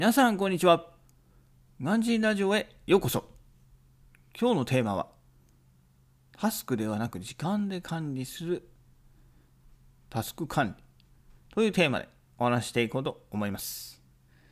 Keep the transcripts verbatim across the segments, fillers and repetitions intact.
皆さんこんにちは。ガンジーラジオへようこそ。今日のテーマはタスクではなく時間で管理するタスク管理というテーマでお話していこうと思います。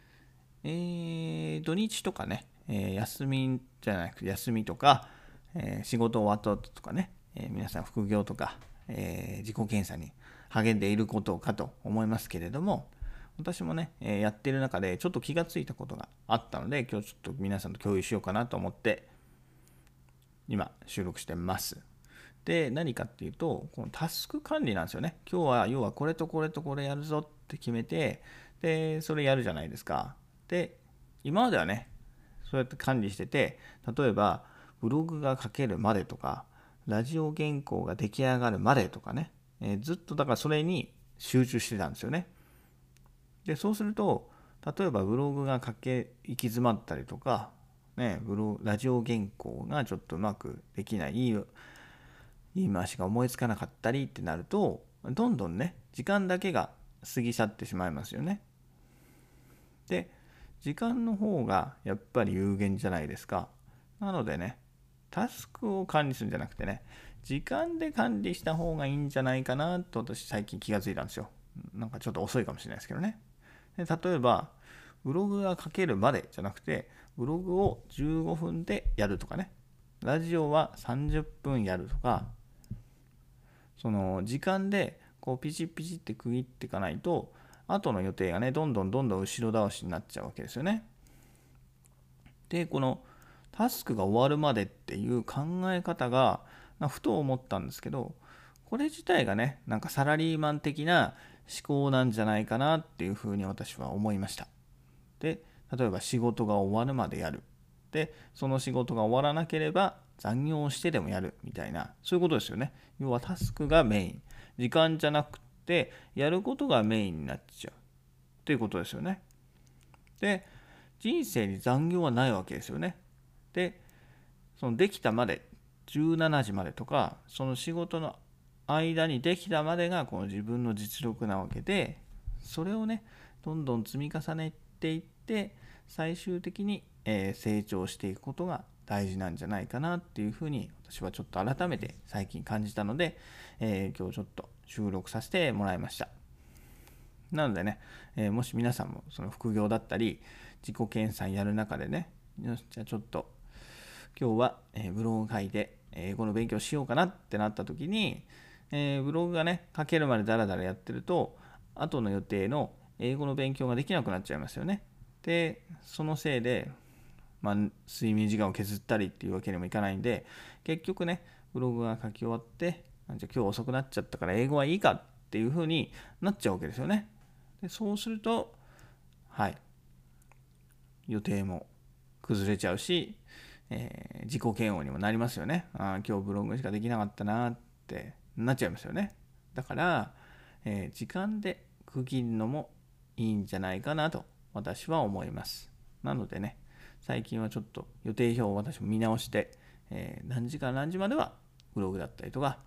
えー、土日とかね、えー、休みじゃなくて休みとか、えー、仕事終わった後とかね、えー、皆さん副業とか、えー、自己検査に励んでいることかと思いますけれども、私もね、えー、やってる中でちょっと気がついたことがあったので、今日ちょっと皆さんと共有しようかなと思って今収録してます。で、何かっていうと、このタスク管理なんですよね。今日は要はこれとこれとこれやるぞって決めて、で、それやるじゃないですか。で、今まではね、そうやって管理してて、例えばブログが書けるまでとか、ラジオ原稿が出来上がるまでとかね、えーずっとだからそれに集中してたんですよね。で、そうすると、例えばブログが書け行き詰まったりとか、ね、ブロラジオ原稿がちょっとうまくできない、いい言い回しが思いつかなかったりってなると、どんどんね、時間だけが過ぎ去ってしまいますよね。で、時間の方がやっぱり有限じゃないですか。なのでね、タスクを管理するんじゃなくてね、時間で管理した方がいいんじゃないかなと私最近気がついたんですよ。なんかちょっと遅いかもしれないですけどね。で例えば、ブログが書けるまでじゃなくて、ブログをじゅうごふんでやるとかね、ラジオはさんじゅっぷんやるとか、その時間でこうピチピチって区切っていかないと、後の予定がね、どんどんどんどん後ろ倒しになっちゃうわけですよね。で、このタスクが終わるまでっていう考え方が、ふと思ったんですけど、これ自体がね、なんかサラリーマン的な思考なんじゃないかなっていうふうに私は思いました。で、例えば仕事が終わるまでやる。で、その仕事が終わらなければ残業をしてでもやるみたいな、そういうことですよね。要はタスクがメイン。時間じゃなくて、やることがメインになっちゃうということですよね。で、人生に残業はないわけですよね。で、そのできたまで、じゅうしちじまでとか、その仕事の間にできたまでがこの自分の実力なわけで、それをね、どんどん積み重ねていって、最終的に、えー成長していくことが大事なんじゃないかなっていうふうに私はちょっと改めて最近感じたので、えー今日ちょっと収録させてもらいました。なのでね、えーもし皆さんもその副業だったり自己研鑽やる中でね、よしじゃあちょっと今日は、えーブログ書いて英語の勉強しようかなってなった時に、えーブログがね書けるまでダラダラやってると、後の予定の英語の勉強ができなくなっちゃいますよね。で、そのせいで、まあ、睡眠時間を削ったりっていうわけにもいかないんで、結局ね、ブログが書き終わって、じゃあ今日遅くなっちゃったから英語はいいかっていう風になっちゃうわけですよね。でそうすると、はい、予定も崩れちゃうし、えー自己嫌悪にもなりますよね。あ今日ブログしかできなかったなってなっちゃいますよね。だから、えー時間で区切るのもいいんじゃないかなと私は思います。なのでね、最近はちょっと予定表を私も見直して、えー何時から何時まではブログだったりとか、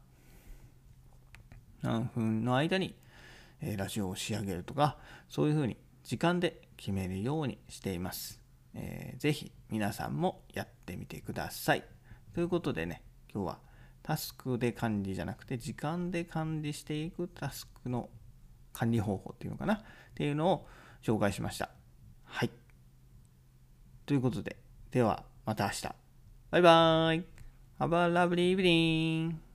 何分の間にえラジオを仕上げるとか、そういうふうに時間で決めるようにしています。えー、ぜひ皆さんもやってみてください。ということでね、今日はタスクで管理じゃなくて時間で管理していくタスクの管理方法っていうのかなっていうのを紹介しました。はい。ということで、ではまた明日。バイバーイ。Have a lovely evening.